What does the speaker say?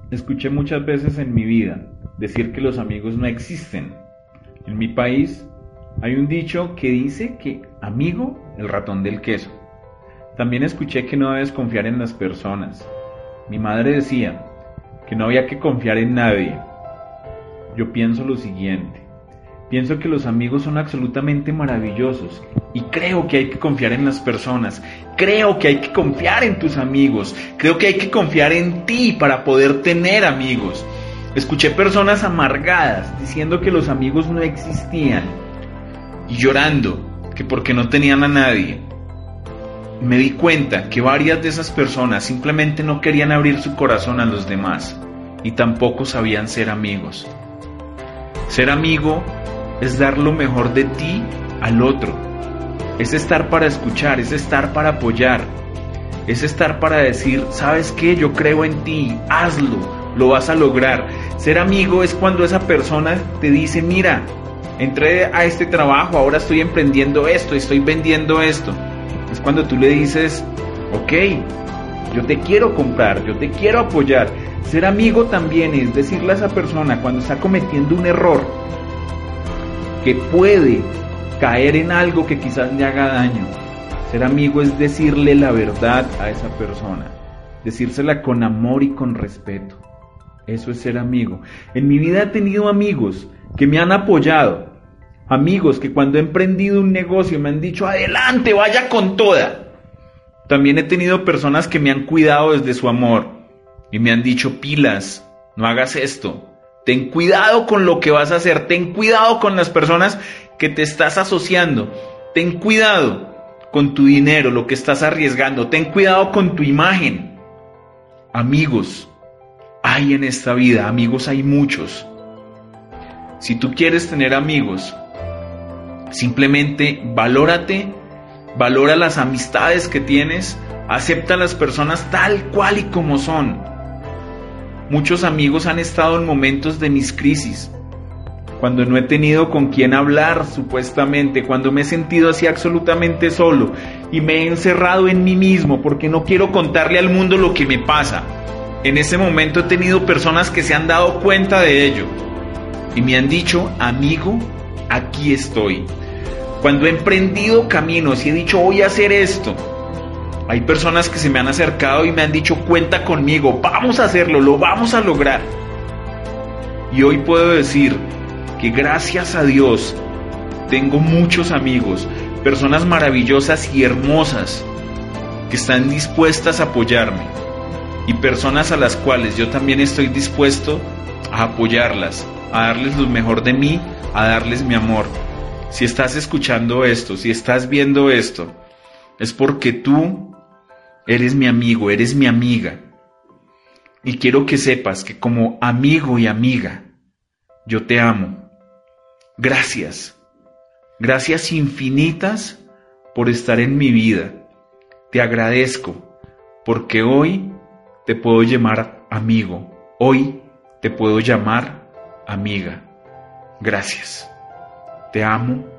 Escuché muchas veces en mi vida decir que los amigos no existen. En mi país hay un dicho que dice que amigo, el ratón del queso. También escuché que no debes confiar en las personas. Mi madre decía que no había que confiar en nadie. Yo pienso lo siguiente. Pienso que los amigos son absolutamente maravillosos y creo que hay que confiar en las personas. Creo que hay que confiar en tus amigos. Creo que hay que confiar en ti para poder tener amigos. Escuché personas amargadas diciendo que los amigos no existían y llorando que porque no tenían a nadie. Me di cuenta que varias de esas personas simplemente no querían abrir su corazón a los demás y tampoco sabían ser amigos. Ser amigo es dar lo mejor de ti al otro. Es estar para escuchar, es estar para apoyar. Es estar para decir, ¿sabes qué? Yo creo en ti, hazlo, lo vas a lograr. Ser amigo es cuando esa persona te dice, mira, entré a este trabajo, ahora estoy emprendiendo esto, estoy vendiendo esto. Es cuando tú le dices, ok, yo te quiero comprar, yo te quiero apoyar. Ser amigo también es decirle a esa persona cuando está cometiendo un error, que puede caer en algo que quizás le haga daño. Ser amigo es decirle la verdad a esa persona, decírsela con amor y con respeto. Eso es ser amigo. En mi vida he tenido amigos que me han apoyado, amigos que cuando he emprendido un negocio me han dicho, adelante, vaya con toda. También he tenido personas que me han cuidado desde su amor y me han dicho, pilas, no hagas esto. Ten cuidado con lo que vas a hacer, ten cuidado con las personas que te estás asociando, ten cuidado con tu dinero, lo que estás arriesgando, ten cuidado con tu imagen. Amigos hay en esta vida, amigos hay muchos. Si tú quieres tener amigos, simplemente valórate, valora las amistades que tienes, acepta a las personas tal cual y como son. Muchos amigos han estado en momentos de mis crisis, cuando no he tenido con quién hablar supuestamente, cuando me he sentido así absolutamente solo y me he encerrado en mí mismo porque no quiero contarle al mundo lo que me pasa. En ese momento he tenido personas que se han dado cuenta de ello y me han dicho, amigo, aquí estoy. Cuando he emprendido caminos y he dicho, voy a hacer esto, hay personas que se me han acercado y me han dicho, cuenta conmigo, vamos a hacerlo, lo vamos a lograr. Y hoy puedo decir que gracias a Dios tengo muchos amigos, personas maravillosas y hermosas que están dispuestas a apoyarme y personas a las cuales yo también estoy dispuesto a apoyarlas, a darles lo mejor de mí, a darles mi amor. Si estás escuchando esto, si estás viendo esto, es porque tú eres mi amigo, eres mi amiga. Y quiero que sepas que como amigo y amiga, yo te amo. Gracias. Gracias infinitas por estar en mi vida. Te agradezco porque hoy te puedo llamar amigo. Hoy te puedo llamar amiga. Gracias. Te amo.